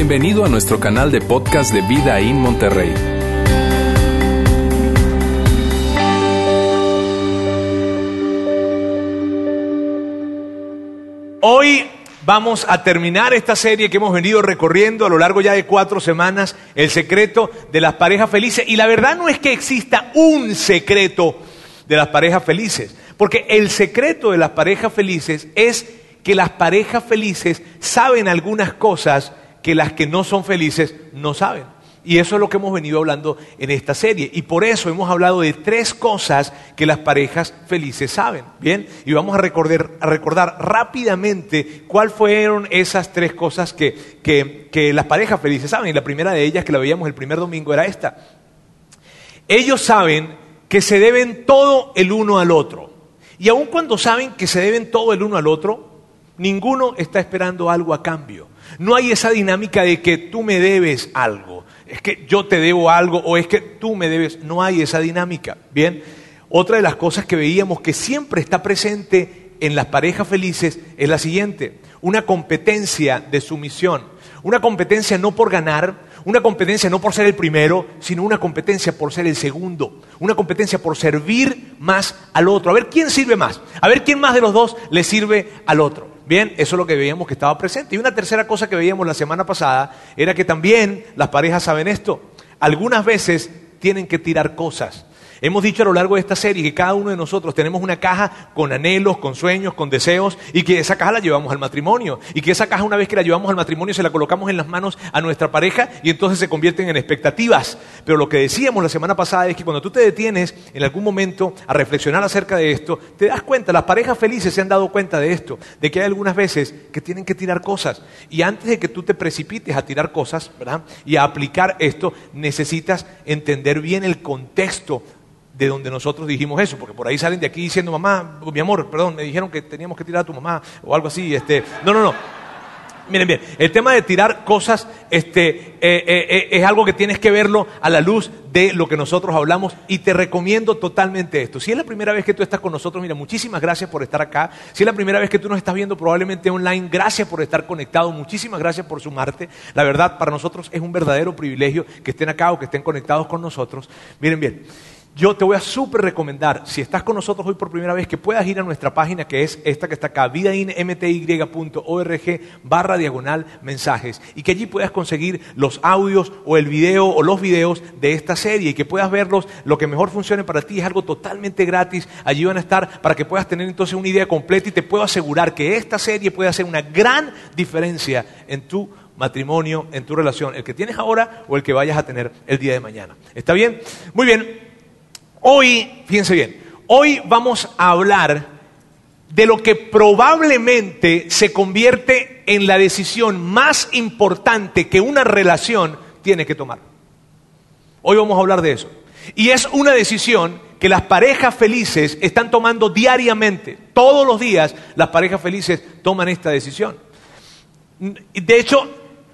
Bienvenido a nuestro canal de podcast de Vida en Monterrey. Hoy vamos a terminar esta serie que hemos venido recorriendo a lo largo ya de 4 semanas, el secreto de las parejas felices. Y la verdad no es que exista un secreto de las parejas felices, porque el secreto de las parejas felices es que las parejas felices saben algunas cosas que las que no son felices no saben. Y eso es lo que hemos venido hablando en esta serie. Y por eso hemos hablado de 3 cosas que las parejas felices saben. Bien, y vamos a recordar rápidamente cuáles fueron esas 3 cosas que las parejas felices saben. Y la primera de ellas, que la veíamos el primer domingo, era esta. Ellos saben que se deben todo el uno al otro. Y aun cuando saben que se deben todo el uno al otro, ninguno está esperando algo a cambio. No hay esa dinámica de que tú me debes algo, es que yo te debo algo o es que tú me debes. No hay esa dinámica. Bien, otra de las cosas que veíamos que siempre está presente en las parejas felices es la siguiente: una competencia de sumisión. Una competencia no por ganar, una competencia no por ser el primero, sino una competencia por ser el segundo. Una competencia por servir más al otro. A ver quién sirve más, a ver quién más de los dos le sirve al otro. Bien, eso es lo que veíamos que estaba presente. Y una tercera cosa que veíamos la semana pasada era que también las parejas saben esto. Algunas veces tienen que tirar cosas. Hemos dicho a lo largo de esta serie que cada uno de nosotros tenemos una caja con anhelos, con sueños, con deseos, y que esa caja la llevamos al matrimonio. Y que esa caja, una vez que la llevamos al matrimonio, se la colocamos en las manos a nuestra pareja y entonces se convierten en expectativas. Pero lo que decíamos la semana pasada es que cuando tú te detienes en algún momento a reflexionar acerca de esto, te das cuenta, las parejas felices se han dado cuenta de esto, de que hay algunas veces que tienen que tirar cosas. Y antes de que tú te precipites a tirar cosas, ¿verdad?, y a aplicar esto, necesitas entender bien el contexto de donde nosotros dijimos eso, porque por ahí salen de aquí diciendo: mamá, mi amor, perdón, me dijeron que teníamos que tirar a tu mamá, o algo así. No. Miren bien, el tema de tirar cosas es algo que tienes que verlo a la luz de lo que nosotros hablamos, y te recomiendo totalmente esto. Si es la primera vez que tú estás con nosotros, mira, muchísimas gracias por estar acá. Si es la primera vez que tú nos estás viendo probablemente online, gracias por estar conectado, muchísimas gracias por sumarte. La verdad, para nosotros es un verdadero privilegio que estén acá o que estén conectados con nosotros. Miren bien, yo te voy a súper recomendar, si estás con nosotros hoy por primera vez, que puedas ir a nuestra página, que es esta que está acá, vidainmty.org/mensajes, y que allí puedas conseguir los audios o el video o los videos de esta serie, y que puedas verlos. Lo que mejor funcione para ti es algo totalmente gratis. Allí van a estar para que puedas tener entonces una idea completa, y te puedo asegurar que esta serie puede hacer una gran diferencia en tu matrimonio, en tu relación, el que tienes ahora o el que vayas a tener el día de mañana. ¿Está bien? Muy bien. Hoy, fíjense bien, hoy vamos a hablar de lo que probablemente se convierte en la decisión más importante que una relación tiene que tomar. Hoy vamos a hablar de eso. Y es una decisión que las parejas felices están tomando diariamente. Todos los días las parejas felices toman esta decisión. De hecho,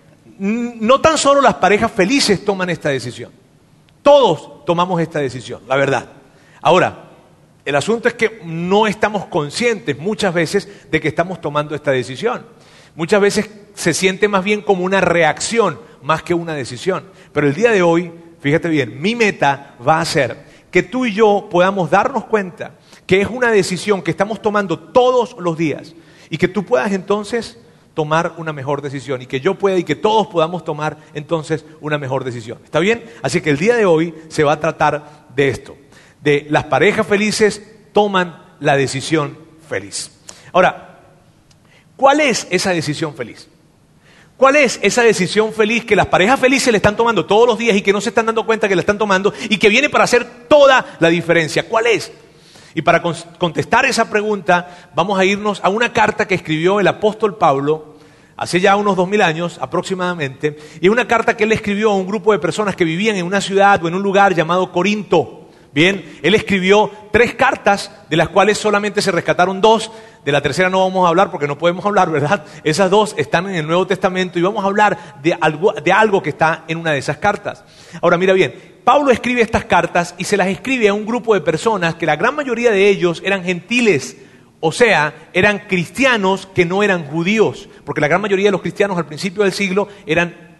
no tan solo las parejas felices toman esta decisión. Todos tomamos esta decisión, la verdad. Ahora, el asunto es que no estamos conscientes muchas veces de que estamos tomando esta decisión. Muchas veces se siente más bien como una reacción más que una decisión. Pero el día de hoy, fíjate bien, mi meta va a ser que tú y yo podamos darnos cuenta que es una decisión que estamos tomando todos los días, y que tú puedas entonces tomar una mejor decisión, y que yo pueda y que todos podamos tomar entonces una mejor decisión. ¿Está bien? Así que el día de hoy se va a tratar de esto, de las parejas felices toman la decisión feliz. Ahora, ¿cuál es esa decisión feliz? ¿Cuál es esa decisión feliz que las parejas felices le están tomando todos los días y que no se están dando cuenta que la están tomando y que viene para hacer toda la diferencia? ¿Cuál es? Y para contestar esa pregunta vamos a irnos a una carta que escribió el apóstol Pablo hace ya unos 2000 años aproximadamente. Y es una carta que él escribió a un grupo de personas que vivían en una ciudad o en un lugar llamado Corinto. Bien, él escribió 3 cartas, de las cuales solamente se rescataron 2. De la tercera no vamos a hablar porque no podemos hablar, ¿verdad? Esas 2 están en el Nuevo Testamento y vamos a hablar de algo que está en una de esas cartas. Ahora mira bien, Pablo escribe estas cartas y se las escribe a un grupo de personas que la gran mayoría de ellos eran gentiles, o sea, eran cristianos que no eran judíos, porque la gran mayoría de los cristianos al principio del siglo eran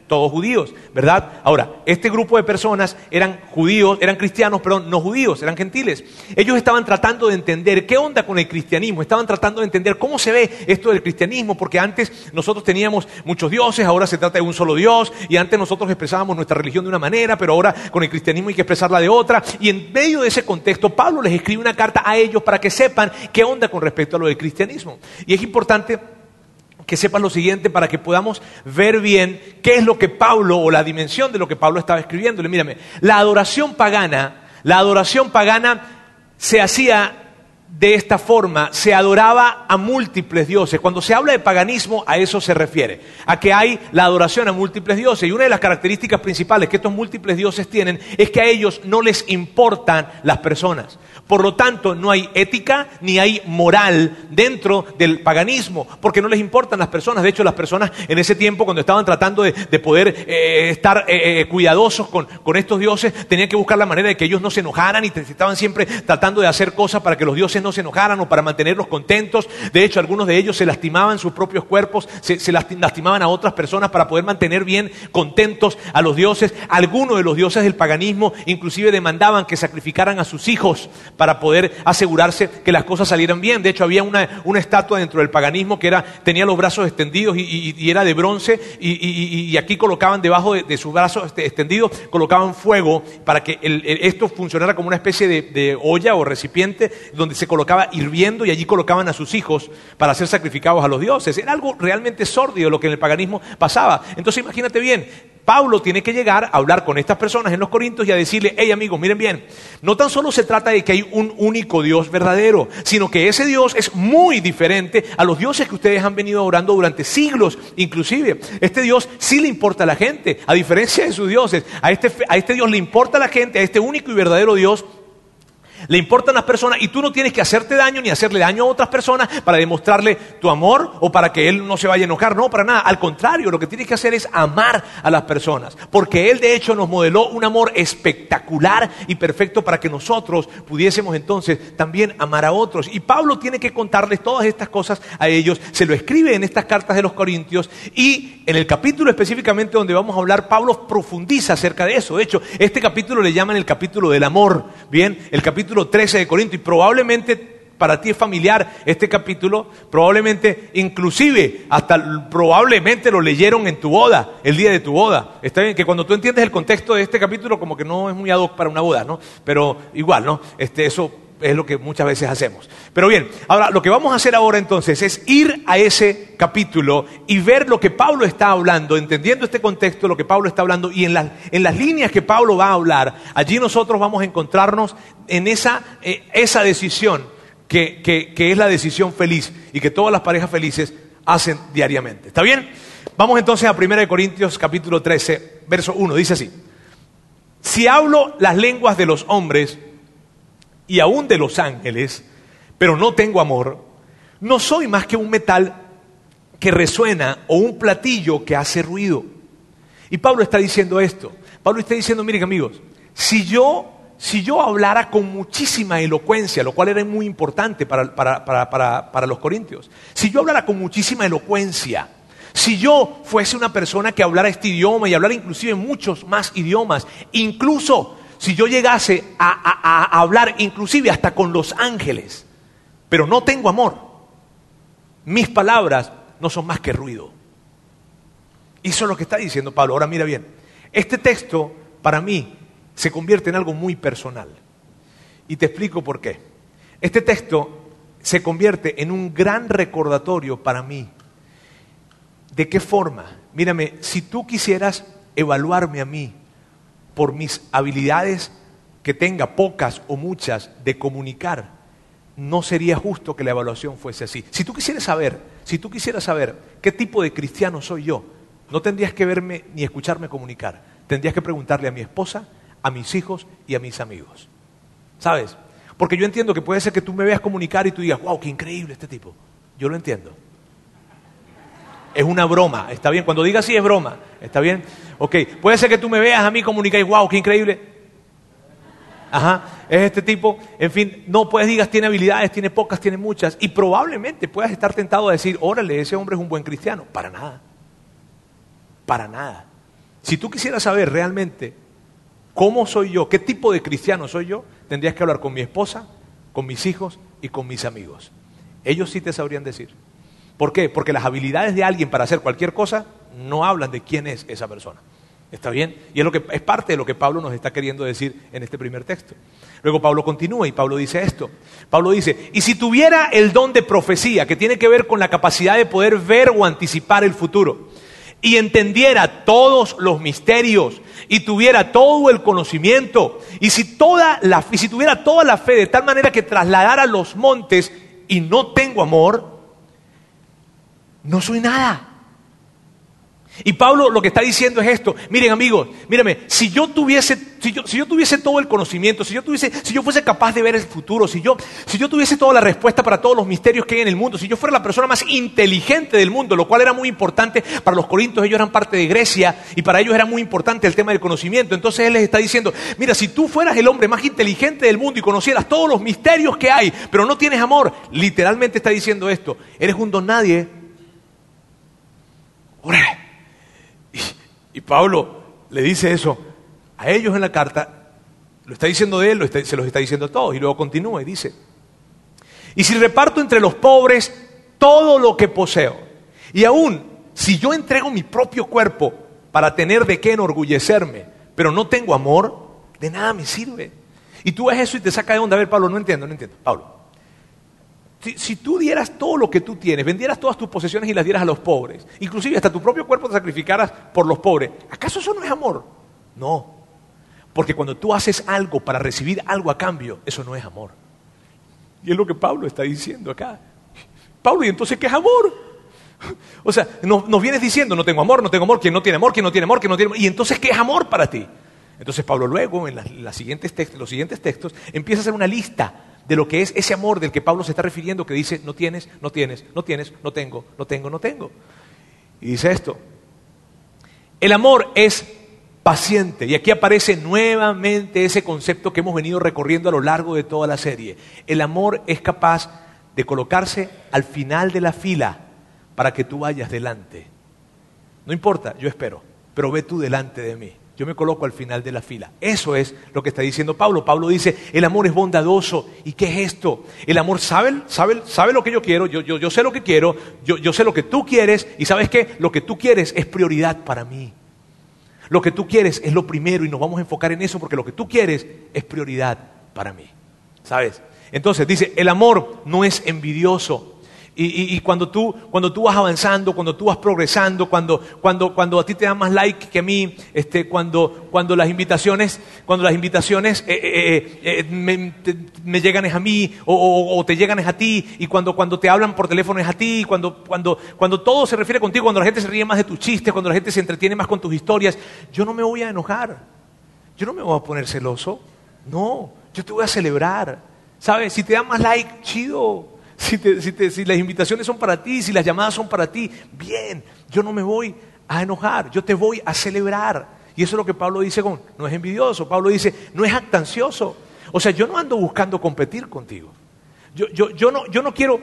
todos judíos, ¿verdad? Ahora, este grupo de personas eran cristianos, no judíos, eran gentiles. Ellos estaban tratando de entender qué onda con el cristianismo, estaban tratando de entender cómo se ve esto del cristianismo, porque antes nosotros teníamos muchos dioses, ahora se trata de un solo Dios, y antes nosotros expresábamos nuestra religión de una manera, pero ahora con el cristianismo hay que expresarla de otra. Y en medio de ese contexto, Pablo les escribe una carta a ellos para que sepan qué onda con respecto a lo del cristianismo. Y es importante que sepan lo siguiente para que podamos ver bien qué es lo que Pablo, o la dimensión de lo que Pablo estaba escribiéndole. Mírame, la adoración pagana se hacía de esta forma, se adoraba a múltiples dioses. Cuando se habla de paganismo, a eso se refiere, a que hay la adoración a múltiples dioses. Y una de las características principales que estos múltiples dioses tienen es que a ellos no les importan las personas. Por lo tanto, no hay ética ni hay moral dentro del paganismo, porque no les importan las personas. De hecho, las personas en ese tiempo, cuando estaban tratando de poder estar cuidadosos con estos dioses, tenían que buscar la manera de que ellos no se enojaran, y estaban siempre tratando de hacer cosas para que los dioses no se enojaran o para mantenerlos contentos. De hecho, algunos de ellos se lastimaban sus propios cuerpos, se lastimaban a otras personas para poder mantener bien contentos a los dioses. Algunos de los dioses del paganismo inclusive demandaban que sacrificaran a sus hijos para poder asegurarse que las cosas salieran bien. De hecho, había una estatua dentro del paganismo que tenía los brazos extendidos y era de bronce, y aquí colocaban debajo de sus brazos extendidos, colocaban fuego para que esto funcionara como una especie de olla o recipiente donde se colocaba hirviendo, y allí colocaban a sus hijos para ser sacrificados a los dioses. Era algo realmente sórdido lo que en el paganismo pasaba. Entonces imagínate bien, Pablo tiene que llegar a hablar con estas personas en los Corintios y a decirle: hey amigos, miren bien, no tan solo se trata de que hay un único Dios verdadero, sino que ese Dios es muy diferente a los dioses que ustedes han venido adorando durante siglos. Inclusive, este Dios sí le importa a la gente, a diferencia de sus dioses. A este Dios le importa a la gente, a este único y verdadero Dios le importan las personas, y tú no tienes que hacerte daño ni hacerle daño a otras personas para demostrarle tu amor o para que Él no se vaya a enojar. No, para nada. Al contrario, lo que tienes que hacer es amar a las personas, porque Él de hecho nos modeló un amor espectacular y perfecto para que nosotros pudiésemos entonces también amar a otros. Y Pablo tiene que contarles todas estas cosas a ellos. Se lo escribe en estas cartas de los Corintios, y en el capítulo específicamente donde vamos a hablar, Pablo profundiza acerca de eso. De hecho, este capítulo le llaman el capítulo del amor. Bien, el capítulo 13 de Corinto, y probablemente para ti es familiar este capítulo, probablemente inclusive probablemente lo leyeron en tu boda, el día de tu boda. Está bien que cuando tú entiendes el contexto de este capítulo, como que no es muy ad hoc para una boda, ¿no? Pero igual, ¿no? Eso es lo que muchas veces hacemos. Pero bien, ahora lo que vamos a hacer ahora entonces es ir a ese capítulo y ver lo que Pablo está hablando, entendiendo este contexto, lo que Pablo está hablando, y en las líneas que Pablo va a hablar, allí nosotros vamos a encontrarnos en esa decisión que es la decisión feliz y que todas las parejas felices hacen diariamente. ¿Está bien? Vamos entonces a 1 Corintios capítulo 13, verso 1, dice así: si hablo las lenguas de los hombres y aún de los ángeles, pero no tengo amor, no soy más que un metal que resuena o un platillo que hace ruido. Y Pablo está diciendo esto. Pablo está diciendo: miren amigos, si yo hablara con muchísima elocuencia, lo cual era muy importante para los corintios, si yo hablara con muchísima elocuencia, si yo fuese una persona que hablara este idioma y hablara inclusive muchos más idiomas, incluso si yo llegase a hablar inclusive hasta con los ángeles, pero no tengo amor, mis palabras no son más que ruido. Eso es lo que está diciendo Pablo. Ahora mira bien, este texto para mí se convierte en algo muy personal. Y te explico por qué. Este texto se convierte en un gran recordatorio para mí. ¿De qué forma? Mírame, si tú quisieras evaluarme a mí por mis habilidades que tenga, pocas o muchas, de comunicar, no sería justo que la evaluación fuese así. Si tú quisieras saber qué tipo de cristiano soy yo, no tendrías que verme ni escucharme comunicar. Tendrías que preguntarle a mi esposa, a mis hijos y a mis amigos. ¿Sabes? Porque yo entiendo que puede ser que tú me veas comunicar y tú digas: wow, qué increíble este tipo. Yo lo entiendo. Es una broma, ¿está bien? Cuando digas sí es broma, ¿está bien? Ok, puede ser que tú me veas a mí comunicar y wow, qué increíble. Ajá, es este tipo. En fin, no puedes digas tiene habilidades, tiene pocas, tiene muchas. Y probablemente puedas estar tentado a decir: órale, ese hombre es un buen cristiano. Para nada. Para nada. Si tú quisieras saber realmente cómo soy yo, qué tipo de cristiano soy yo, tendrías que hablar con mi esposa, con mis hijos y con mis amigos. Ellos sí te sabrían decir. ¿Por qué? Porque las habilidades de alguien para hacer cualquier cosa no hablan de quién es esa persona. ¿Está bien? Y es parte de lo que Pablo nos está queriendo decir en este primer texto. Luego Pablo continúa y Pablo dice esto. Pablo dice, y si tuviera el don de profecía, que tiene que ver con la capacidad de poder ver o anticipar el futuro, y entendiera todos los misterios, y tuviera todo el conocimiento, y si tuviera toda la fe de tal manera que trasladara los montes, y no tengo amor, no soy nada. Y Pablo lo que está diciendo es esto. Miren amigos, mírenme, si yo tuviese todo el conocimiento, si yo fuese capaz de ver el futuro, si yo tuviese toda la respuesta para todos los misterios que hay en el mundo, si yo fuera la persona más inteligente del mundo, lo cual era muy importante para los corintios, ellos eran parte de Grecia y para ellos era muy importante el tema del conocimiento. Entonces él les está diciendo, mira, si tú fueras el hombre más inteligente del mundo y conocieras todos los misterios que hay, pero no tienes amor, literalmente está diciendo esto, eres un don nadie. ¡Órale! Y Pablo le dice eso a ellos en la carta, lo está diciendo de él, se los está diciendo a todos, y luego continúa y dice, y si reparto entre los pobres todo lo que poseo, y aún si yo entrego mi propio cuerpo para tener de qué enorgullecerme, pero no tengo amor, de nada me sirve. Y tú ves eso y te saca de onda. A ver, Pablo, no entiendo. Pablo, si tú dieras todo lo que tú tienes, vendieras todas tus posesiones y las dieras a los pobres, inclusive hasta tu propio cuerpo te sacrificaras por los pobres, ¿acaso eso no es amor? No, porque cuando tú haces algo para recibir algo a cambio, eso no es amor. Y es lo que Pablo está diciendo acá. Pablo, ¿y entonces qué es amor? O sea, nos vienes diciendo, no tengo amor, ¿quién no tiene amor? ¿Y entonces qué es amor para ti? Entonces Pablo luego, en los siguientes textos, empieza a hacer una lista de lo que es ese amor del que Pablo se está refiriendo, que dice, no tienes, no tengo. Y dice esto, el amor es paciente, y aquí aparece nuevamente ese concepto que hemos venido recorriendo a lo largo de toda la serie. El amor es capaz de colocarse al final de la fila para que tú vayas delante. No importa, yo espero, pero ve tú delante de mí. Yo me coloco al final de la fila. Eso es lo que está diciendo Pablo. Pablo dice, el amor es bondadoso. ¿Y qué es esto? El amor sabe lo que yo quiero, yo sé lo que quiero, yo sé lo que tú quieres, y ¿sabes qué? Lo que tú quieres es prioridad para mí. Lo que tú quieres es lo primero y nos vamos a enfocar en eso porque lo que tú quieres es prioridad para mí. ¿Sabes? Entonces dice, el amor no es envidioso. Y cuando tú vas avanzando, cuando tú vas progresando, cuando a ti te dan más like que a mí, cuando las invitaciones me llegan es a mí o te llegan es a ti, y cuando te hablan por teléfono es a ti, cuando todo se refiere contigo, cuando la gente se ríe más de tus chistes, cuando la gente se entretiene más con tus historias, yo no me voy a enojar, yo no me voy a poner celoso, no, yo te voy a celebrar, ¿sabes? Si te dan más like, chido. Si las invitaciones son para ti, si las llamadas son para ti, bien, yo no me voy a enojar, yo te voy a celebrar. Y eso es lo que Pablo dice no es envidioso. Pablo dice, no es jactancioso. O sea, yo no ando buscando competir contigo. Yo no quiero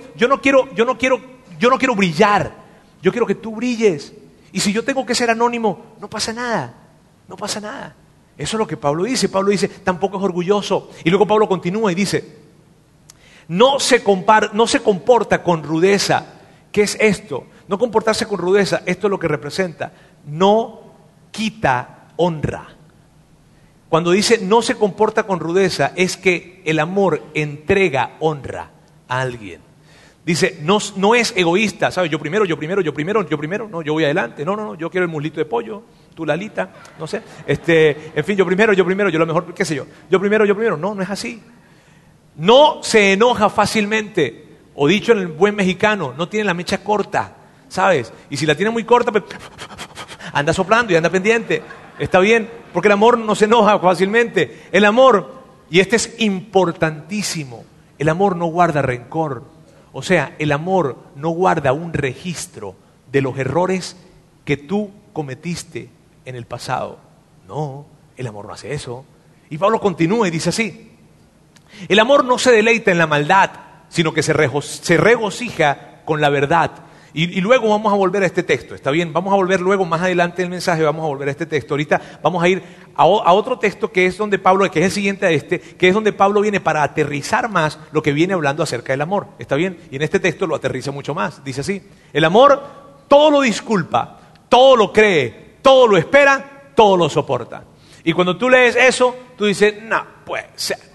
brillar. Yo quiero que tú brilles. Y si yo tengo que ser anónimo, no pasa nada. Eso es lo que Pablo dice. Pablo dice, tampoco es orgulloso. Y luego Pablo continúa y dice, no se comporta con rudeza. ¿Qué es esto? No comportarse con rudeza, esto es lo que representa. No quita honra. Cuando dice no se comporta con rudeza, es que el amor entrega honra a alguien. Dice, no es egoísta, ¿sabes? Yo primero, no, yo voy adelante. No, yo quiero el muslito de pollo, tu lalita, no sé. En fin, yo primero, yo lo mejor, qué sé yo. Yo primero, no es así. No se enoja fácilmente, o dicho en el buen mexicano, no tiene la mecha corta, ¿sabes? Y si la tiene muy corta, pues, anda soplando y anda pendiente. Está bien, porque el amor no se enoja fácilmente. El amor, y este es importantísimo, el amor no guarda rencor. O sea, el amor no guarda un registro de los errores que tú cometiste en el pasado. No, el amor no hace eso. Y Pablo continúa y dice así, el amor no se deleita en la maldad, sino que se regocija con la verdad. Y luego vamos a volver a este texto, ¿está bien? Vamos a volver luego, más adelante del mensaje, vamos a volver a este texto. Ahorita vamos a ir a otro texto que es donde Pablo, que es el siguiente a este, que es donde Pablo viene para aterrizar más lo que viene hablando acerca del amor, ¿está bien? Y en este texto lo aterriza mucho más. Dice así: el amor todo lo disculpa, todo lo cree, todo lo espera, todo lo soporta. Y cuando tú lees eso, tú dices, no, pues...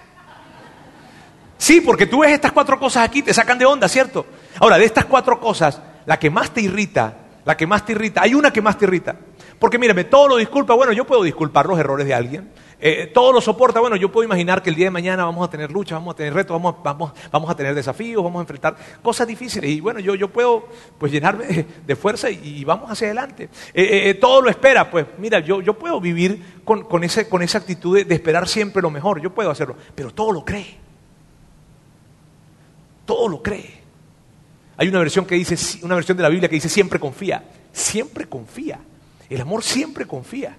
Sí, porque tú ves estas 4 cosas aquí, te sacan de onda, ¿cierto? Ahora, de estas 4 cosas, la que más te irrita, hay una que más te irrita. Porque mírame, todo lo disculpa, bueno, yo puedo disculpar los errores de alguien. Todo lo soporta, bueno, yo puedo imaginar que el día de mañana vamos a tener luchas, vamos a tener retos, vamos a tener desafíos, vamos a enfrentar cosas difíciles. Y bueno, yo puedo pues llenarme de fuerza y vamos hacia adelante. Todo lo espera, pues mira, yo puedo vivir con esa actitud de esperar siempre lo mejor, yo puedo hacerlo. Pero todo lo cree. Todo lo cree. Hay una versión de la Biblia que dice siempre confía. Siempre confía. El amor siempre confía.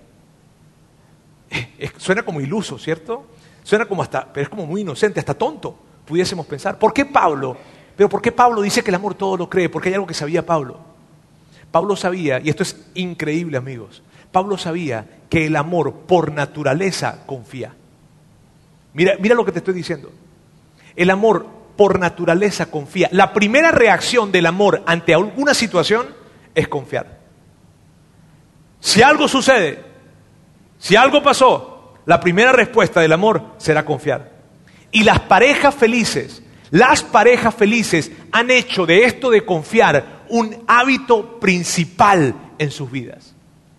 Suena como iluso, ¿cierto? Suena como pero es como muy inocente, hasta tonto, pudiésemos pensar. ¿Por qué Pablo dice que el amor todo lo cree? Porque hay algo que sabía Pablo. Pablo sabía, y esto es increíble, amigos, Pablo sabía que el amor por naturaleza confía. Mira lo que te estoy diciendo. El amor por naturaleza confía. La primera reacción del amor ante alguna situación es confiar. Si algo sucede, si algo pasó, la primera respuesta del amor será confiar. Y las parejas felices han hecho de esto de confiar un hábito principal en sus vidas.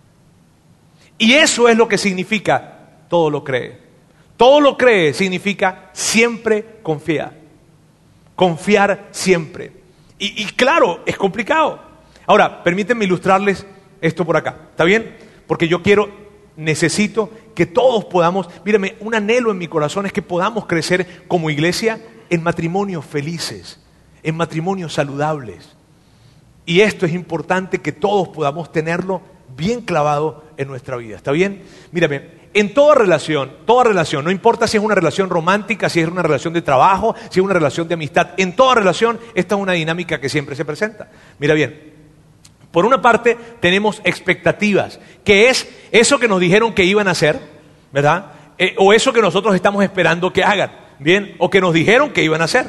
Y eso es lo que significa todo lo cree. Todo lo cree significa siempre confía. Confiar siempre. Y claro, es complicado. Ahora, permítanme ilustrarles esto por acá, ¿está bien? Porque necesito que todos podamos, mírame, un anhelo en mi corazón es que podamos crecer como iglesia en matrimonios felices, en matrimonios saludables. Y esto es importante que todos podamos tenerlo bien clavado en nuestra vida, ¿está bien? Mírame, en toda relación, no importa si es una relación romántica, si es una relación de trabajo, si es una relación de amistad, en toda relación esta es una dinámica que siempre se presenta. Mira bien, por una parte tenemos expectativas, que es eso que nos dijeron que iban a hacer, ¿verdad? O eso que nosotros estamos esperando que hagan, ¿bien? O que nos dijeron que iban a hacer.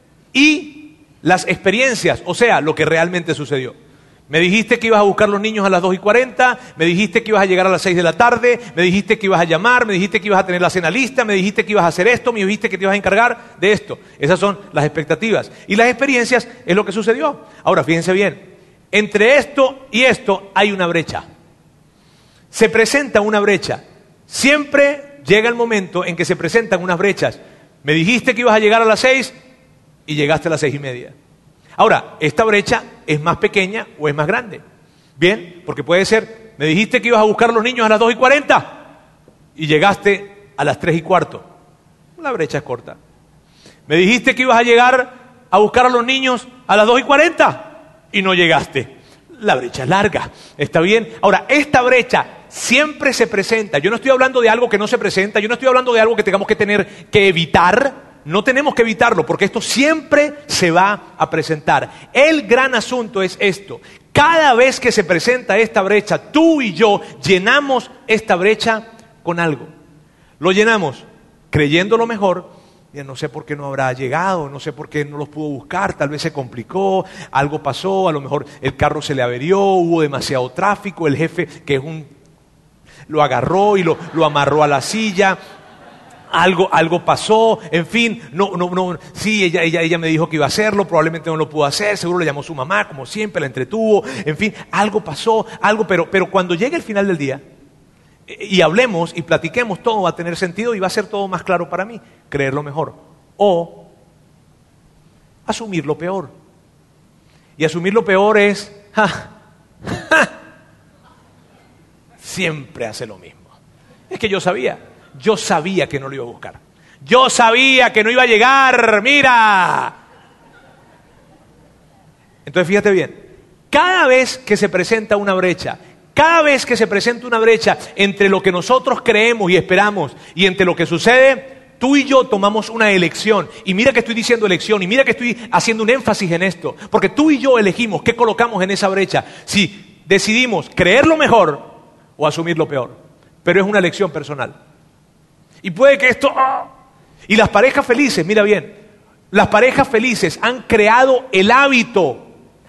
Y las experiencias, o sea, lo que realmente sucedió. Me dijiste que ibas a buscar los niños a las 2:40, me dijiste que ibas a llegar a las 6 de la tarde, me dijiste que ibas a llamar, me dijiste que ibas a tener la cena lista, me dijiste que ibas a hacer esto, me dijiste que te ibas a encargar de esto. Esas son las expectativas. Y las experiencias es lo que sucedió. Ahora, fíjense bien. Entre esto y esto hay una brecha. Se presenta una brecha. Siempre llega el momento en que se presentan unas brechas. Me dijiste que ibas a llegar a las 6 y llegaste a las 6:30. Ahora, esta brecha es más pequeña o es más grande. Bien, porque puede ser, me dijiste que ibas a buscar a los niños a las 2:40 y llegaste a las 3:15. La brecha es corta. Me dijiste que ibas a llegar a buscar a los niños a las 2:40 y no llegaste. La brecha es larga, ¿está bien? Ahora, esta brecha siempre se presenta. Yo no estoy hablando de algo que no se presenta, yo no estoy hablando de algo que tengamos que tener que evitar. No tenemos que evitarlo porque esto siempre se va a presentar. El gran asunto es esto. Cada vez que se presenta esta brecha, tú y yo llenamos esta brecha con algo. Lo llenamos creyendo lo mejor. No sé por qué no habrá llegado, no sé por qué no los pudo buscar, tal vez se complicó, algo pasó, a lo mejor el carro se le averió, hubo demasiado tráfico, el jefe lo agarró y lo amarró a la silla. Algo pasó, en fin, sí, ella me dijo que iba a hacerlo, probablemente no lo pudo hacer, seguro le llamó su mamá, como siempre, la entretuvo, en fin, algo pasó, pero cuando llegue el final del día y hablemos y platiquemos, todo va a tener sentido y va a ser todo más claro para mí, creer lo mejor o asumir lo peor. Y asumir lo peor es, siempre hace lo mismo. Es que yo sabía que no lo iba a buscar. Yo sabía que no iba a llegar, mira. Entonces fíjate bien, cada vez que se presenta una brecha, entre lo que nosotros creemos y esperamos y entre lo que sucede, Tú y yo tomamos una elección, y mira que estoy diciendo elección, y mira que estoy haciendo un énfasis en esto, porque tú y yo elegimos qué colocamos en esa brecha, si decidimos creer lo mejor o asumir lo peor, pero es una elección personal. Y puede que esto... Y las parejas felices, mira bien, las parejas felices han creado el hábito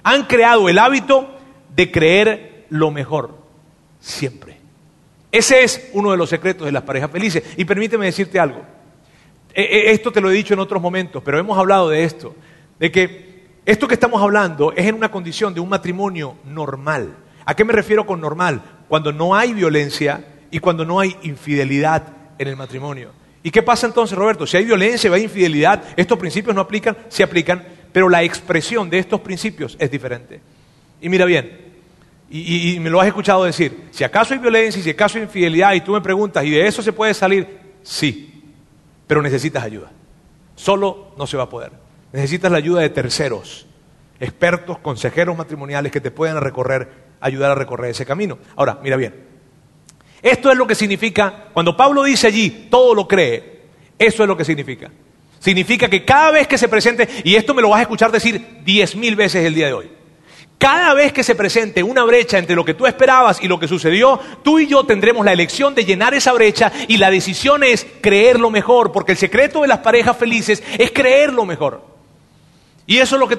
de creer lo mejor, siempre. Ese es uno de los secretos de las parejas felices. Y permíteme decirte algo. Esto te lo he dicho en otros momentos, pero hemos hablado de esto. De que esto que estamos hablando es en una condición de un matrimonio normal. ¿A qué me refiero con normal? Cuando no hay violencia y cuando no hay infidelidad en el matrimonio. ¿Y qué pasa entonces, Roberto? Si hay violencia y hay infidelidad, estos principios no aplican, sí aplican, pero la expresión de estos principios es diferente. Y mira bien, y me lo has escuchado decir, si acaso hay violencia y si acaso hay infidelidad y tú me preguntas, ¿y de eso se puede salir? Sí. Pero necesitas ayuda. Solo no se va a poder. Necesitas la ayuda de terceros, expertos, consejeros matrimoniales que te puedan ayudar a recorrer ese camino. Ahora, mira bien. Esto es lo que significa, cuando Pablo dice allí, todo lo cree, eso es lo que significa. Significa que cada vez que se presente, y esto me lo vas a escuchar decir 10,000 veces el día de hoy, cada vez que se presente una brecha entre lo que tú esperabas y lo que sucedió, tú y yo tendremos la elección de llenar esa brecha y la decisión es creer lo mejor, porque el secreto de las parejas felices es creer lo mejor. Y eso es lo que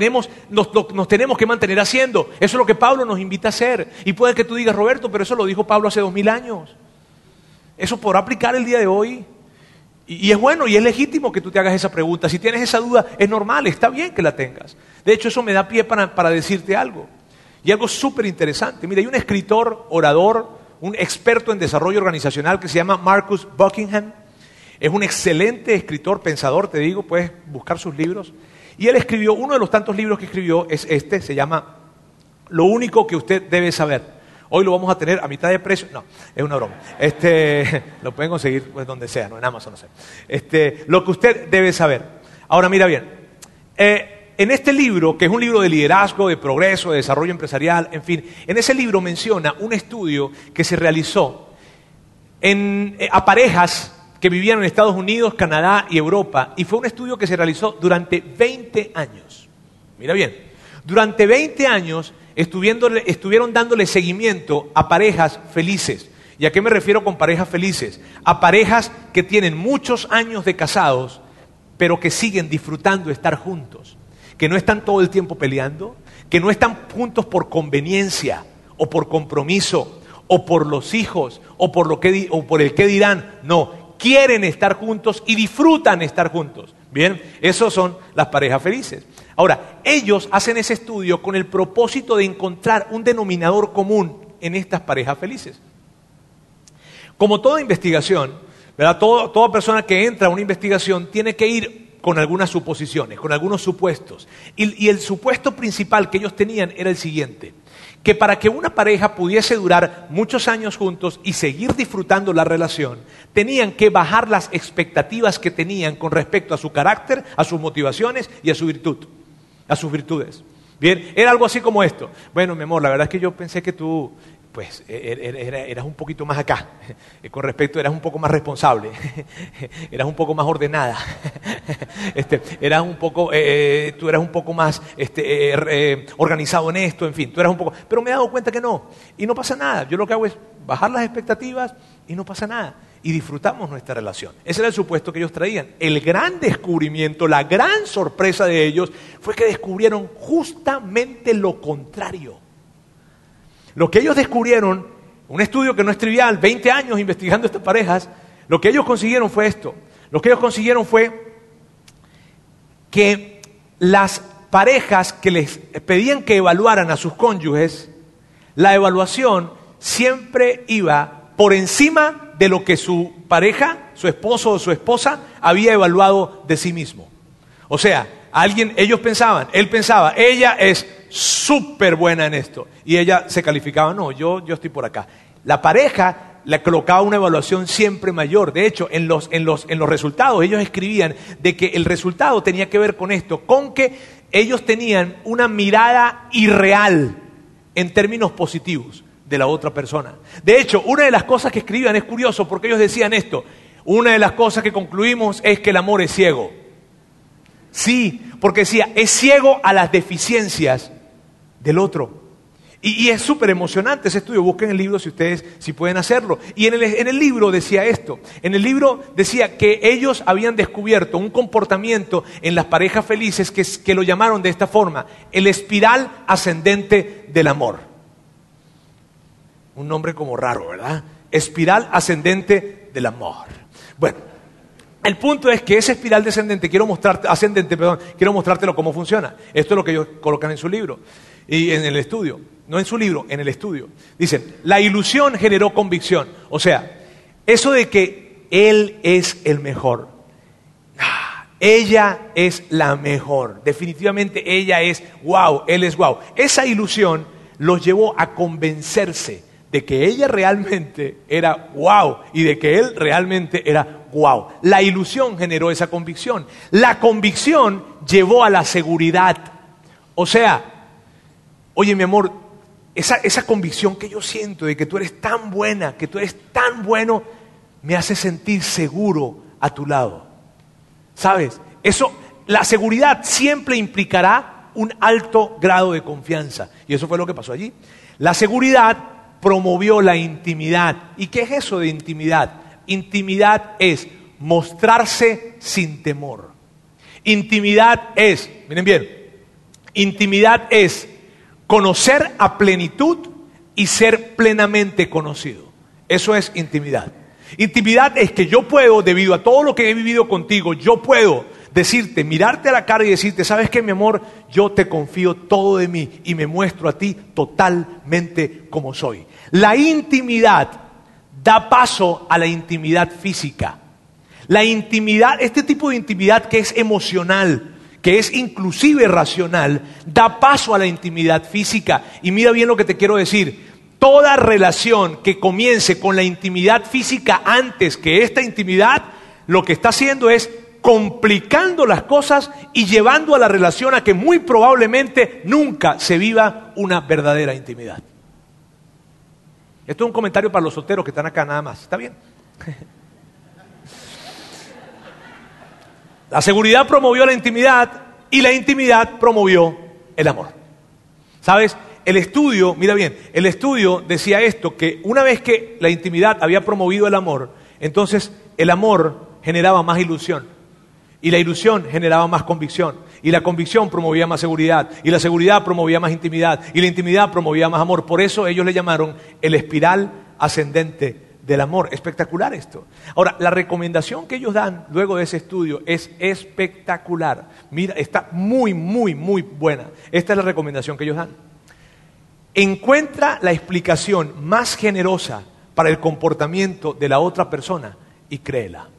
nos tenemos que mantener haciendo. Eso es lo que Pablo nos invita a hacer. Y puede que tú digas, Roberto, pero eso lo dijo Pablo hace 2000 años. Eso podrá aplicar el día de hoy. Y es bueno y es legítimo que tú te hagas esa pregunta. Si tienes esa duda, es normal, está bien que la tengas. De hecho, eso me da pie para decirte algo. Y algo súper interesante. Mira, hay un escritor, orador, un experto en desarrollo organizacional que se llama Marcus Buckingham. Es un excelente escritor, pensador, te digo, puedes buscar sus libros. Y él escribió, uno de los tantos libros que escribió es este, se llama Lo único que usted debe saber. Hoy lo vamos a tener a mitad de precio. No, es una broma. Lo pueden conseguir pues donde sea, no en Amazon, no sé. Lo que usted debe saber. Ahora mira bien, en este libro, que es un libro de liderazgo, de progreso, de desarrollo empresarial, en fin, en ese libro menciona un estudio que se realizó a parejas que vivían en Estados Unidos, Canadá y Europa, y fue un estudio que se realizó durante 20 años. Mira bien, durante 20 años estuvieron dándole seguimiento a parejas felices. ¿Y a qué me refiero con parejas felices? A parejas que tienen muchos años de casados, pero que siguen disfrutando de estar juntos, que no están todo el tiempo peleando, que no están juntos por conveniencia o por compromiso o por los hijos o por el qué dirán, no. Quieren estar juntos y disfrutan estar juntos. Bien, esos son las parejas felices. Ahora, ellos hacen ese estudio con el propósito de encontrar un denominador común en estas parejas felices. Como toda investigación, ¿verdad? Toda persona que entra a una investigación tiene que ir con algunas suposiciones, con algunos supuestos. Y el supuesto principal que ellos tenían era el siguiente: que para que una pareja pudiese durar muchos años juntos y seguir disfrutando la relación, tenían que bajar las expectativas que tenían con respecto a su carácter, a sus motivaciones y a su virtud, a sus virtudes. Bien, era algo así como esto. Bueno, mi amor, la verdad es que yo pensé que tú, pues, eras un poquito más acá. Con respecto, eras un poco más responsable. Eras un poco más ordenada. Eras un poco, tú eras un poco más organizado en esto, en fin, tú eras un poco... Pero me he dado cuenta que no. Y no pasa nada. Yo lo que hago es bajar las expectativas y no pasa nada. Y disfrutamos nuestra relación. Ese era el supuesto que ellos traían. El gran descubrimiento, la gran sorpresa de ellos fue que descubrieron justamente lo contrario. Lo que ellos descubrieron, un estudio que no es trivial, 20 años investigando estas parejas, lo que ellos consiguieron fue esto. Lo que ellos consiguieron fue que las parejas que les pedían que evaluaran a sus cónyuges, la evaluación siempre iba por encima de lo que su pareja, su esposo o su esposa había evaluado de sí mismo. O sea, él pensaba, ella es súper buena en esto. Y ella se calificaba, no, yo estoy por acá. La pareja le colocaba una evaluación siempre mayor. De hecho, en los resultados ellos escribían de que el resultado tenía que ver con esto, con que ellos tenían una mirada irreal en términos positivos de la otra persona. De hecho, una de las cosas que escribían es curioso porque ellos decían esto: Una de las cosas que concluimos es que el amor es ciego. Sí, porque decía, es ciego a las deficiencias del otro. Y es súper emocionante ese estudio. Busquen el libro si pueden hacerlo. Y en el libro decía esto. En el libro decía que ellos habían descubierto un comportamiento en las parejas felices que lo llamaron de esta forma: el espiral ascendente del amor. Un nombre como raro, ¿verdad? Espiral ascendente del amor. Bueno, el punto es que ese espiral quiero mostrártelo cómo funciona. Esto es lo que ellos colocan en su libro y en el estudio. No en su libro, en el estudio. Dicen, la ilusión generó convicción. O sea, eso de que él es el mejor. Ella es la mejor. Definitivamente ella es wow, él es wow. Esa ilusión los llevó a convencerse de que ella realmente era wow y de que él realmente era wow. La ilusión generó esa convicción. La convicción llevó a la seguridad. O sea, oye mi amor, esa convicción que yo siento de que tú eres tan buena, que tú eres tan bueno, me hace sentir seguro a tu lado. ¿Sabes? La seguridad siempre implicará un alto grado de confianza. Y eso fue lo que pasó allí. La seguridad promovió la intimidad. ¿Y qué es eso de intimidad? Intimidad es mostrarse sin temor. Intimidad es, miren bien, intimidad es conocer a plenitud y ser plenamente conocido. Eso es intimidad. Intimidad es que yo puedo, debido a todo lo que he vivido contigo, yo puedo decirte, mirarte a la cara y decirte, ¿sabes qué, mi amor? Yo te confío todo de mí y me muestro a ti totalmente como soy. La intimidad da paso a la intimidad física. La intimidad, este tipo de intimidad que es emocional, que es inclusive racional, da paso a la intimidad física. Y mira bien lo que te quiero decir. Toda relación que comience con la intimidad física antes que esta intimidad, lo que está haciendo es complicando las cosas y llevando a la relación a que muy probablemente nunca se viva una verdadera intimidad. Esto es un comentario para los solteros que están acá nada más. ¿Está bien? La seguridad promovió la intimidad y la intimidad promovió el amor. ¿Sabes? El estudio, mira bien, el estudio decía esto, que una vez que la intimidad había promovido el amor, entonces el amor generaba más ilusión. Y la ilusión generaba más convicción. Y la convicción promovía más seguridad. Y la seguridad promovía más intimidad. Y la intimidad promovía más amor. Por eso ellos le llamaron el espiral ascendente del amor. Espectacular esto. Ahora, la recomendación que ellos dan luego de ese estudio es espectacular. Mira, está muy, muy, muy buena. Esta es la recomendación que ellos dan. Encuentra la explicación más generosa para el comportamiento de la otra persona y créela.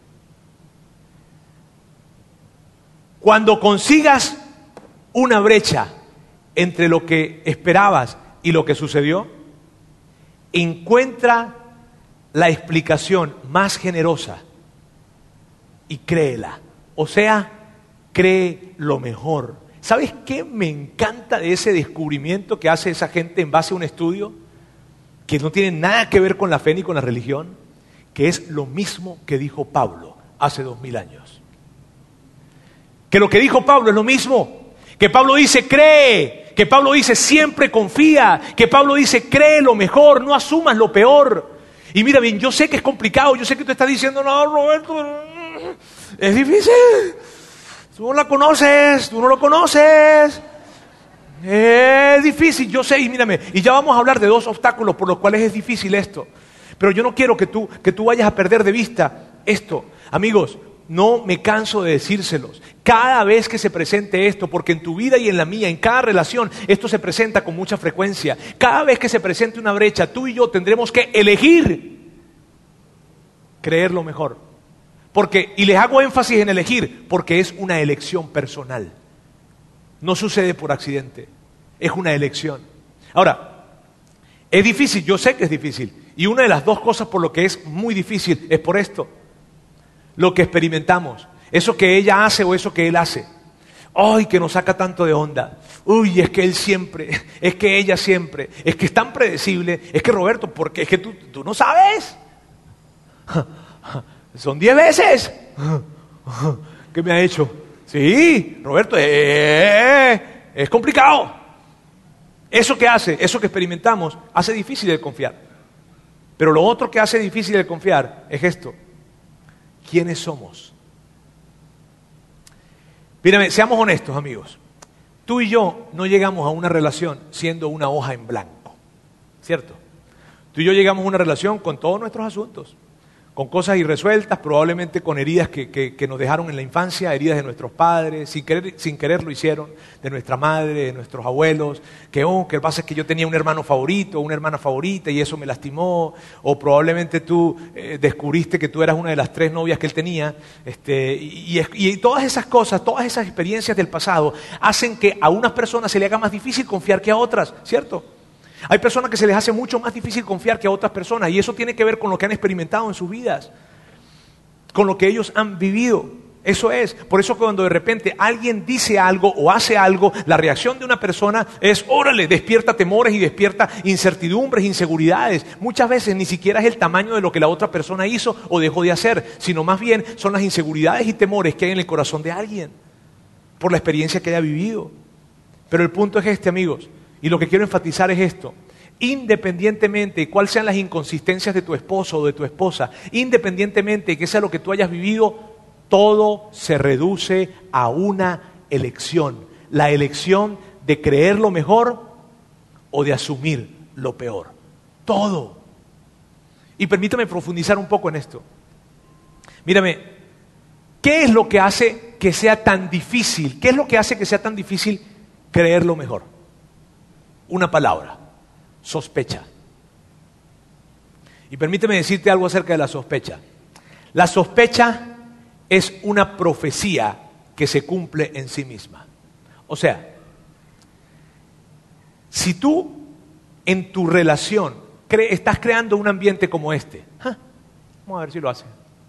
Cuando consigas una brecha entre lo que esperabas y lo que sucedió, encuentra la explicación más generosa y créela. O sea, cree lo mejor. ¿Sabes qué me encanta de ese descubrimiento que hace esa gente en base a un estudio? Que no tiene nada que ver con la fe ni con la religión, que es lo mismo que dijo Pablo hace 2000 años. Que lo que dijo Pablo es lo mismo. Que Pablo dice, cree. Que Pablo dice, siempre confía. Que Pablo dice, cree lo mejor, no asumas lo peor. Y mira bien, yo sé que es complicado, yo sé que tú estás diciendo, no, Roberto, es difícil. Tú no la conoces, tú no lo conoces. Es difícil, yo sé, y mírame, y ya vamos a hablar de 2 obstáculos por los cuales es difícil esto. Pero yo no quiero que tú vayas a perder de vista esto. Amigos, no me canso de decírselos. Cada vez que se presente esto, porque en tu vida y en la mía, en cada relación, esto se presenta con mucha frecuencia. Cada vez que se presente una brecha, tú y yo tendremos que elegir creer lo mejor. Y les hago énfasis en elegir, porque es una elección personal. No sucede por accidente, es una elección. Ahora, es difícil, yo sé que es difícil. Y una de las 2 cosas por lo que es muy difícil es por esto. Lo que experimentamos, eso que ella hace o eso que él hace. ¡Ay, que nos saca tanto de onda! ¡Uy, es que él siempre! Es que ella siempre. Es que es tan predecible. Es que Roberto, porque es que tú no sabes. Son 10 veces. ¿Qué me ha hecho? Sí, Roberto, es complicado. Eso que hace, eso que experimentamos, hace difícil de confiar. Pero lo otro que hace difícil de confiar es esto. ¿Quiénes somos? Mírame, seamos honestos, amigos. Tú y yo no llegamos a una relación siendo una hoja en blanco, ¿cierto? Tú y yo llegamos a una relación con todos nuestros asuntos, con cosas irresueltas, probablemente con heridas que nos dejaron en la infancia, heridas de nuestros padres, sin querer lo hicieron, de nuestra madre, de nuestros abuelos, que pasa es que yo tenía un hermano favorito, una hermana favorita y eso me lastimó, o probablemente tú descubriste que tú eras una de las 3 novias que él tenía, y todas esas cosas, todas esas experiencias del pasado hacen que a unas personas se le haga más difícil confiar que a otras, ¿cierto? Hay personas que se les hace mucho más difícil confiar que a otras personas y eso tiene que ver con lo que han experimentado en sus vidas, con lo que ellos han vivido. Eso es. Por eso cuando de repente alguien dice algo o hace algo, la reacción de una persona es, órale, despierta temores y despierta incertidumbres, inseguridades. Muchas veces ni siquiera es el tamaño de lo que la otra persona hizo o dejó de hacer, sino más bien son las inseguridades y temores que hay en el corazón de alguien por la experiencia que haya vivido. Pero el punto es este, amigos. Y lo que quiero enfatizar es esto, independientemente de cuáles sean las inconsistencias de tu esposo o de tu esposa, independientemente de que sea lo que tú hayas vivido, todo se reduce a una elección, la elección de creer lo mejor o de asumir lo peor, todo. Y permítame profundizar un poco en esto. Mírame, ¿qué es lo que hace que sea tan difícil? ¿Qué es lo que hace que sea tan difícil creer lo mejor? Una palabra, sospecha. Y permíteme decirte algo acerca de la sospecha. La sospecha es una profecía que se cumple en sí misma. O sea, si tú en tu relación estás creando un ambiente como este, vamos a ver si lo hace.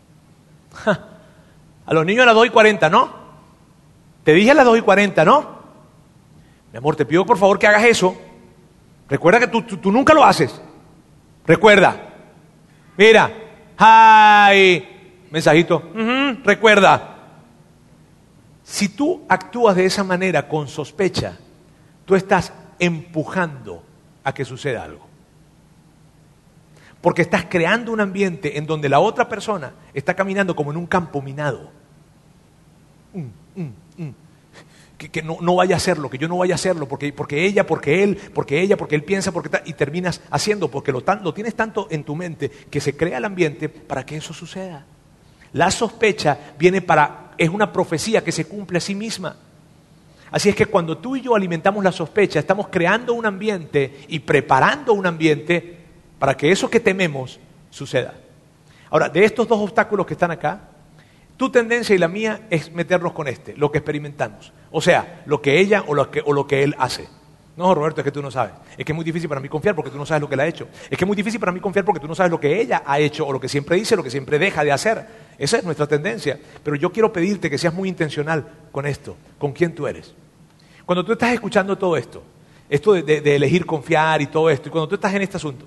A los niños a las 2:40, ¿no? Te dije a las 2:40, ¿no? Mi amor, te pido por favor que hagas eso. Recuerda que tú nunca lo haces. Recuerda. Mira. ¡Hi! Mensajito. Recuerda. Si tú actúas de esa manera con sospecha, tú estás empujando a que suceda algo. Porque estás creando un ambiente en donde la otra persona está caminando como en un campo minado. Que no vaya a hacerlo, que yo no vaya a hacerlo, porque ella, porque él, porque ella, porque él piensa, y terminas haciendo, porque lo tienes tanto en tu mente que se crea el ambiente para que eso suceda. La sospecha es una profecía que se cumple a sí misma. Así es que cuando tú y yo alimentamos la sospecha, estamos creando un ambiente y preparando un ambiente para que eso que tememos suceda. Ahora, de estos 2 obstáculos que están acá, tu tendencia y la mía es meternos con lo que experimentamos. O sea, lo que ella o lo que él hace. No, Roberto, es que tú no sabes. Es que es muy difícil para mí confiar porque tú no sabes lo que él ha hecho. Es que es muy difícil para mí confiar porque tú no sabes lo que ella ha hecho o lo que siempre dice, lo que siempre deja de hacer. Esa es nuestra tendencia. Pero yo quiero pedirte que seas muy intencional con esto, con quién tú eres. Cuando tú estás escuchando todo esto de elegir confiar y todo esto, y cuando tú estás en este asunto,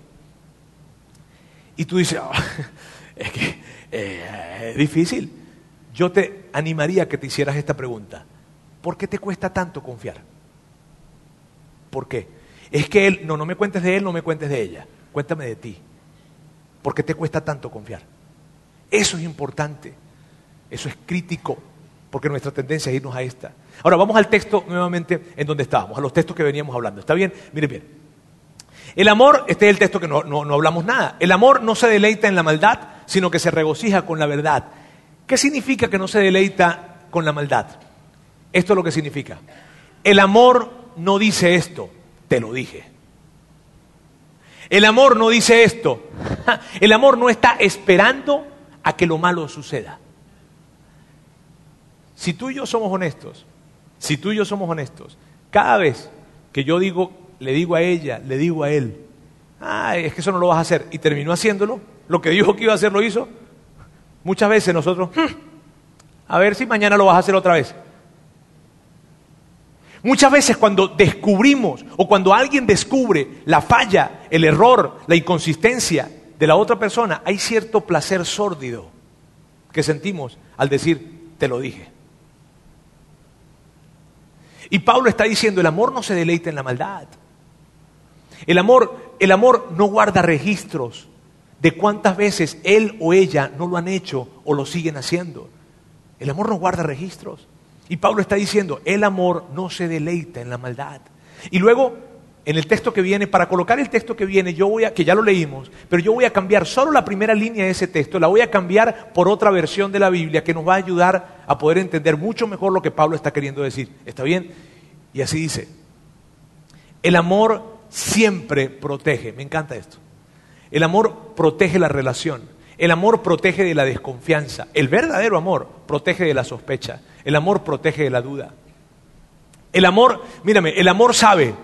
y tú dices, es que es difícil. Yo te animaría a que te hicieras esta pregunta. ¿Por qué te cuesta tanto confiar? ¿Por qué? Es que él, no me cuentes de él, no me cuentes de ella. Cuéntame de ti. ¿Por qué te cuesta tanto confiar? Eso es importante. Eso es crítico. Porque nuestra tendencia es irnos a esta. Ahora vamos al texto nuevamente en donde estábamos, a los textos que veníamos hablando. ¿Está bien? Miren bien. El amor, este es el texto que no hablamos nada. El amor no se deleita en la maldad, sino que se regocija con la verdad. ¿Qué significa que no se deleita con la maldad? Esto es lo que significa. El amor no dice esto, te lo dije. El amor no dice esto. El amor no está esperando a que lo malo suceda. Si tú y yo somos honestos, cada vez que yo le digo a ella, le digo a él, es que eso no lo vas a hacer, y terminó haciéndolo, lo que dijo que iba a hacer lo hizo, muchas veces nosotros, a ver si mañana lo vas a hacer otra vez. Muchas veces cuando descubrimos o cuando alguien descubre la falla, el error, la inconsistencia de la otra persona, hay cierto placer sórdido. que sentimos al decir, te lo dije. Y Pablo está diciendo, el amor no se deleita en la maldad. El amor no guarda registros de cuántas veces él o ella no lo han hecho o lo siguen haciendo. El amor no guarda registros. Y Pablo está diciendo, el amor no se deleita en la maldad. Y luego, en el texto que viene, para colocar el texto que viene, que ya lo leímos, pero yo voy a cambiar solo la primera línea de ese texto, la voy a cambiar por otra versión de la Biblia que nos va a ayudar a poder entender mucho mejor lo que Pablo está queriendo decir. ¿Está bien? Y así dice, el amor siempre protege. Me encanta esto. El amor protege la relación. El amor protege de la desconfianza. El verdadero amor protege de la sospecha. El amor protege de la duda. El amor, mírame, el amor sabe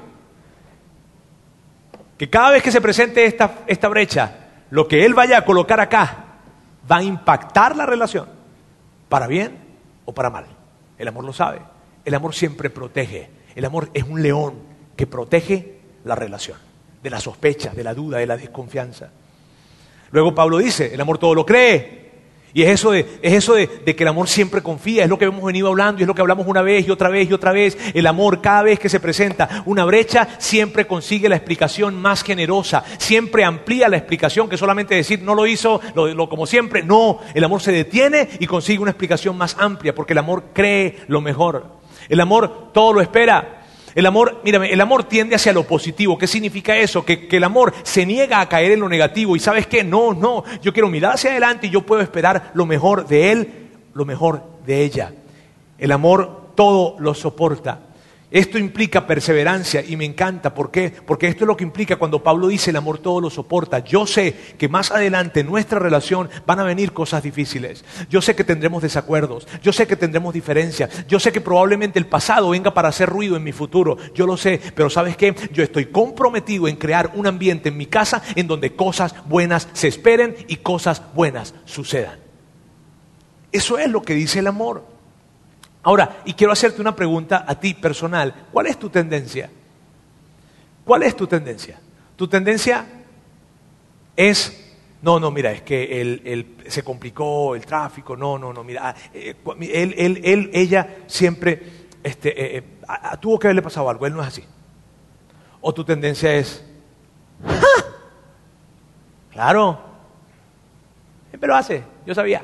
que cada vez que se presente esta brecha, lo que él vaya a colocar acá va a impactar la relación, para bien o para mal. El amor lo sabe. El amor siempre protege. El amor es un león que protege la relación, de la sospecha, de la duda, de la desconfianza. Luego Pablo dice, el amor todo lo cree. Y es eso de que el amor siempre confía, es lo que hemos venido hablando y es lo que hablamos una vez y otra vez y otra vez. El amor, cada vez que se presenta una brecha, siempre consigue la explicación más generosa, siempre amplía la explicación que solamente decir no lo hizo, como siempre. No, el amor se detiene y consigue una explicación más amplia porque el amor cree lo mejor. El amor todo lo espera. El amor, mírame, el amor tiende hacia lo positivo. ¿Qué significa eso? Que el amor se niega a caer en lo negativo. ¿Y sabes qué? No, yo quiero mirar hacia adelante y yo puedo esperar lo mejor de él, lo mejor de ella. El amor todo lo soporta. Esto implica perseverancia y me encanta. ¿Por qué? Porque esto es lo que implica cuando Pablo dice el amor todo lo soporta. Yo sé que más adelante en nuestra relación van a venir cosas difíciles. Yo sé que tendremos desacuerdos. Yo sé que tendremos diferencias. Yo sé que probablemente el pasado venga para hacer ruido en mi futuro. Yo lo sé. Pero ¿sabes qué? Yo estoy comprometido en crear un ambiente en mi casa en donde cosas buenas se esperen y cosas buenas sucedan. Eso es lo que dice el amor. Ahora, y quiero hacerte una pregunta a ti personal. ¿Cuál es tu tendencia? ¿Cuál es tu tendencia? Tu tendencia es, mira, es que se complicó el tráfico, mira, ella siempre, tuvo que haberle pasado algo, él no es así. O tu tendencia es, ¡ja! Claro, siempre lo hace, yo sabía.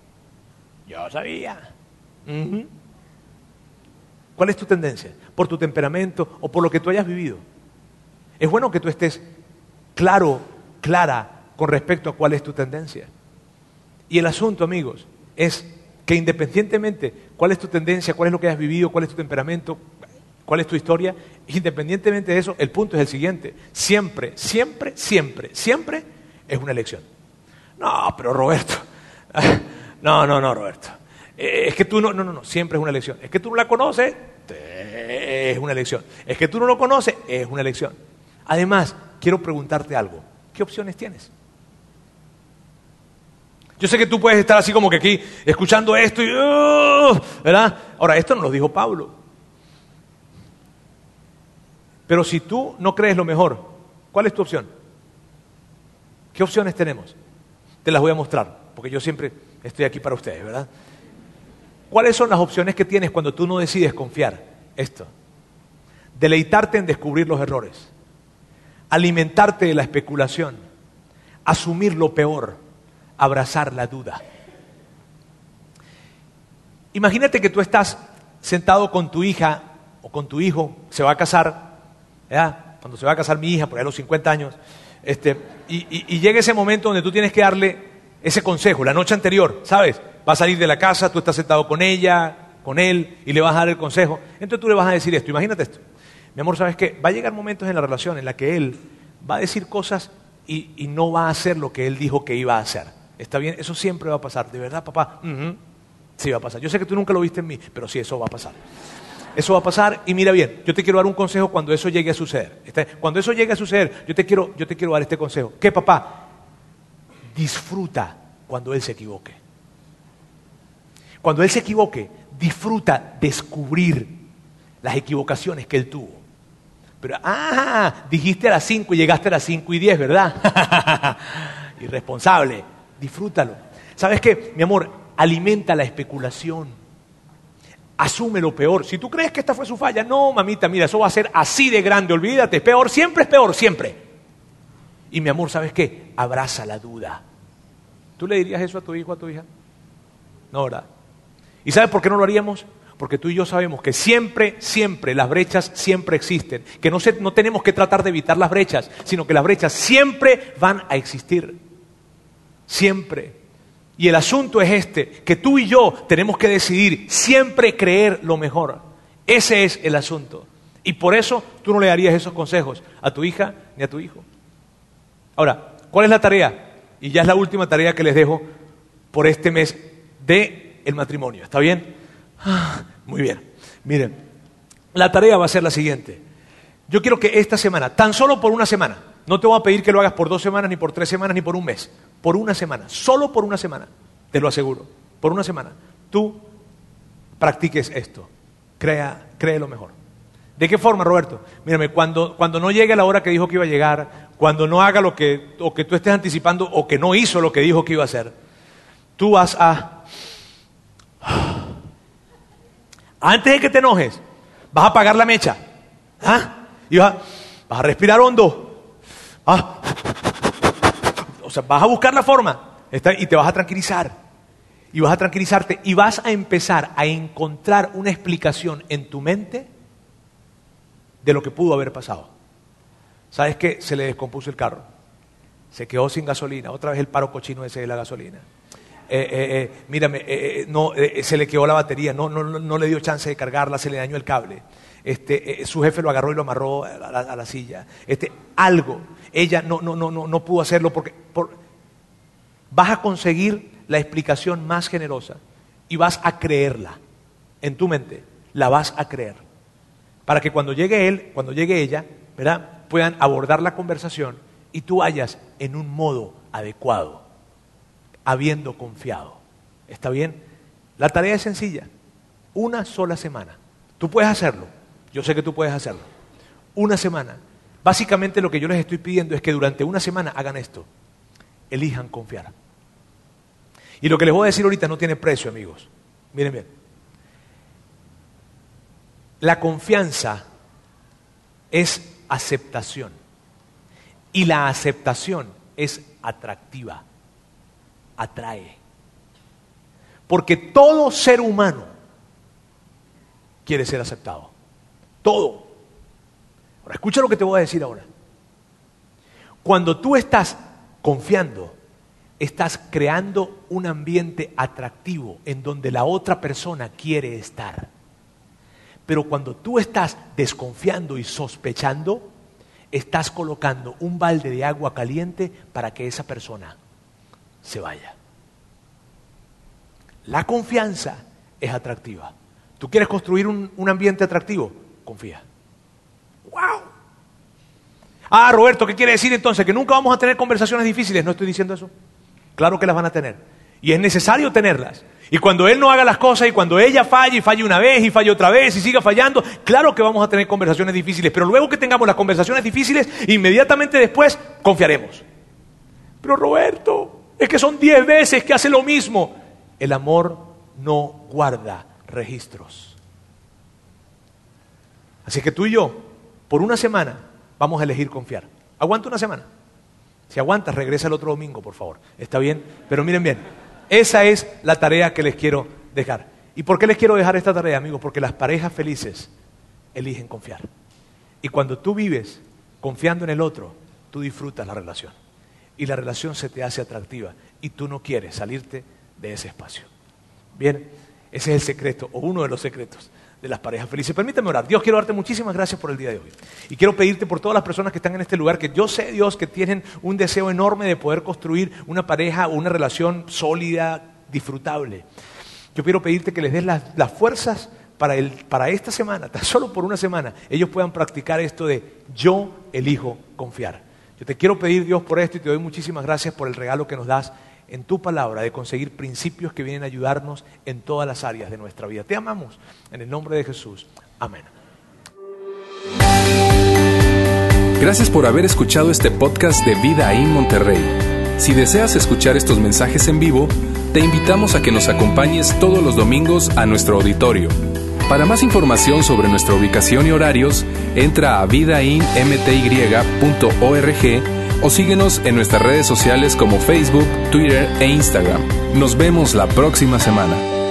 Uh-huh. ¿Cuál es tu tendencia? ¿Por tu temperamento o por lo que tú hayas vivido? Es bueno que tú estés clara con respecto a cuál es tu tendencia. Y el asunto, amigos, es que independientemente cuál es tu tendencia, cuál es lo que hayas vivido, cuál es tu temperamento, cuál es tu historia, independientemente de eso, el punto es el siguiente. Siempre es una elección. No, pero Roberto, no, Roberto. Es que tú no, siempre es una elección. Es que tú no la conoces, es una elección. Es que tú no lo conoces, es una elección. Además, quiero preguntarte algo. ¿Qué opciones tienes? Yo sé que tú puedes estar así como que aquí, escuchando esto y... ¿verdad? Ahora, esto no lo dijo Pablo. Pero si tú no crees lo mejor, ¿cuál es tu opción? ¿Qué opciones tenemos? Te las voy a mostrar, porque yo siempre estoy aquí para ustedes, ¿verdad? ¿Cuáles son las opciones que tienes cuando tú no decides confiar? Esto. Deleitarte en descubrir los errores. Alimentarte de la especulación. Asumir lo peor. Abrazar la duda. Imagínate que tú estás sentado con tu hija o con tu hijo, se va a casar, ¿verdad? Cuando se va a casar mi hija, por ahí a los 50 años, y llega ese momento donde tú tienes que darle ese consejo, la noche anterior, ¿sabes? Va a salir de la casa, tú estás sentado con ella, con él, y le vas a dar el consejo. Entonces tú le vas a decir esto, imagínate esto. Mi amor, ¿sabes qué? Va a llegar momentos en la relación en la que él va a decir cosas y no va a hacer lo que él dijo que iba a hacer. ¿Está bien? Eso siempre va a pasar. ¿De verdad, papá? Uh-huh. Sí va a pasar. Yo sé que tú nunca lo viste en mí, pero sí, eso va a pasar. Eso va a pasar y mira bien, yo te quiero dar un consejo cuando eso llegue a suceder. Cuando eso llegue a suceder, yo te quiero dar este consejo. ¿Qué, papá? Disfruta cuando él se equivoque. Cuando él se equivoque, disfruta descubrir las equivocaciones que él tuvo. Pero, dijiste a las 5 y llegaste a las 5:10, ¿verdad? Irresponsable. Disfrútalo. ¿Sabes qué? Mi amor, alimenta la especulación. Asume lo peor. Si tú crees que esta fue su falla, no, mamita, mira, eso va a ser así de grande, olvídate, es peor, siempre. Y mi amor, ¿sabes qué? Abraza la duda. ¿Tú le dirías eso a tu hijo o a tu hija? No, ¿verdad? ¿Y sabes por qué no lo haríamos? Porque tú y yo sabemos que siempre las brechas siempre existen. Que no tenemos que tratar de evitar las brechas, sino que las brechas siempre van a existir. Siempre. Y el asunto es que tú y yo tenemos que decidir siempre creer lo mejor. Ese es el asunto. Y por eso tú no le darías esos consejos a tu hija ni a tu hijo. Ahora, ¿cuál es la tarea? Y ya es la última tarea que les dejo por este mes del matrimonio. ¿Está bien? Muy bien. Miren, la tarea va a ser la siguiente. Yo quiero que esta semana, tan solo por una semana, no te voy a pedir que lo hagas por 2 semanas, ni por 3 semanas, ni por un mes. Por una semana, solo por una semana, te lo aseguro. Por una semana, tú practiques esto. Cree lo mejor. ¿De qué forma, Roberto? Mírame, cuando no llegue a la hora que dijo que iba a llegar, cuando no haga lo que, o que tú estés anticipando, o que no hizo lo que dijo que iba a hacer, tú vas a... Antes de que te enojes, vas a apagar la mecha. Y vas a respirar hondo. O sea, vas a buscar la forma y te vas a tranquilizar. Y vas a tranquilizarte y vas a empezar a encontrar una explicación en tu mente de lo que pudo haber pasado. ¿Sabes qué? Se le descompuso el carro. Se quedó sin gasolina. Otra vez el paro cochino ese de la gasolina. Se le quedó la batería, no le dio chance de cargarla, se le dañó el cable. Su jefe lo agarró y lo amarró a la silla. Algo. Ella no pudo hacerlo porque vas a conseguir la explicación más generosa y vas a creerla en tu mente. La vas a creer. Para que cuando llegue él, cuando llegue ella, ¿verdad?, puedan abordar la conversación y tú vayas en un modo adecuado, habiendo confiado. ¿Está bien? La tarea es sencilla. Una sola semana. Tú puedes hacerlo. Yo sé que tú puedes hacerlo. Una semana. Básicamente lo que yo les estoy pidiendo es que durante una semana hagan esto. Elijan confiar. Y lo que les voy a decir ahorita no tiene precio, amigos. Miren bien. La confianza es aceptación. Y la aceptación es atractiva. Atrae. Porque todo ser humano quiere ser aceptado. Todo. Ahora, escucha lo que te voy a decir ahora. Cuando tú estás confiando, estás creando un ambiente atractivo en donde la otra persona quiere estar. Pero cuando tú estás desconfiando y sospechando, estás colocando un balde de agua caliente para que esa persona se vaya. La confianza es atractiva. ¿Tú quieres construir un ambiente atractivo? Confía. ¡Wow! Roberto, ¿qué quiere decir entonces? ¿Que nunca vamos a tener conversaciones difíciles? No estoy diciendo eso. Claro que las van a tener. Y es necesario tenerlas. Y cuando él no haga las cosas y cuando ella falle y falle una vez y falle otra vez y siga fallando, claro que vamos a tener conversaciones difíciles. Pero luego que tengamos las conversaciones difíciles, inmediatamente después confiaremos. Pero Roberto, es que son 10 veces que hace lo mismo. El amor no guarda registros. Así que tú y yo, por una semana, vamos a elegir confiar. Aguanta una semana. Si aguantas, regresa el otro domingo, por favor. ¿Está bien? Pero miren bien, esa es la tarea que les quiero dejar. ¿Y por qué les quiero dejar esta tarea, amigos? Porque las parejas felices eligen confiar. Y cuando tú vives confiando en el otro, tú disfrutas la relación. Y la relación se te hace atractiva. Y tú no quieres salirte de ese espacio. Bien, ese es el secreto, o uno de los secretos de las parejas felices. Permíteme orar. Dios, quiero darte muchísimas gracias por el día de hoy. Y quiero pedirte por todas las personas que están en este lugar, que yo sé, Dios, que tienen un deseo enorme de poder construir una pareja o una relación sólida, disfrutable. Yo quiero pedirte que les des las fuerzas para esta semana, tan solo por una semana, ellos puedan practicar esto de yo elijo confiar. Yo te quiero pedir, Dios, por esto y te doy muchísimas gracias por el regalo que nos das en tu palabra, de conseguir principios que vienen a ayudarnos en todas las áreas de nuestra vida. Te amamos en el nombre de Jesús. Amén. Gracias por haber escuchado este podcast de Vida en Monterrey. Si deseas escuchar estos mensajes en vivo, te invitamos a que nos acompañes todos los domingos a nuestro auditorio. Para más información sobre nuestra ubicación y horarios, entra a vidainmty.org o síguenos en nuestras redes sociales como Facebook, Twitter e Instagram. Nos vemos la próxima semana.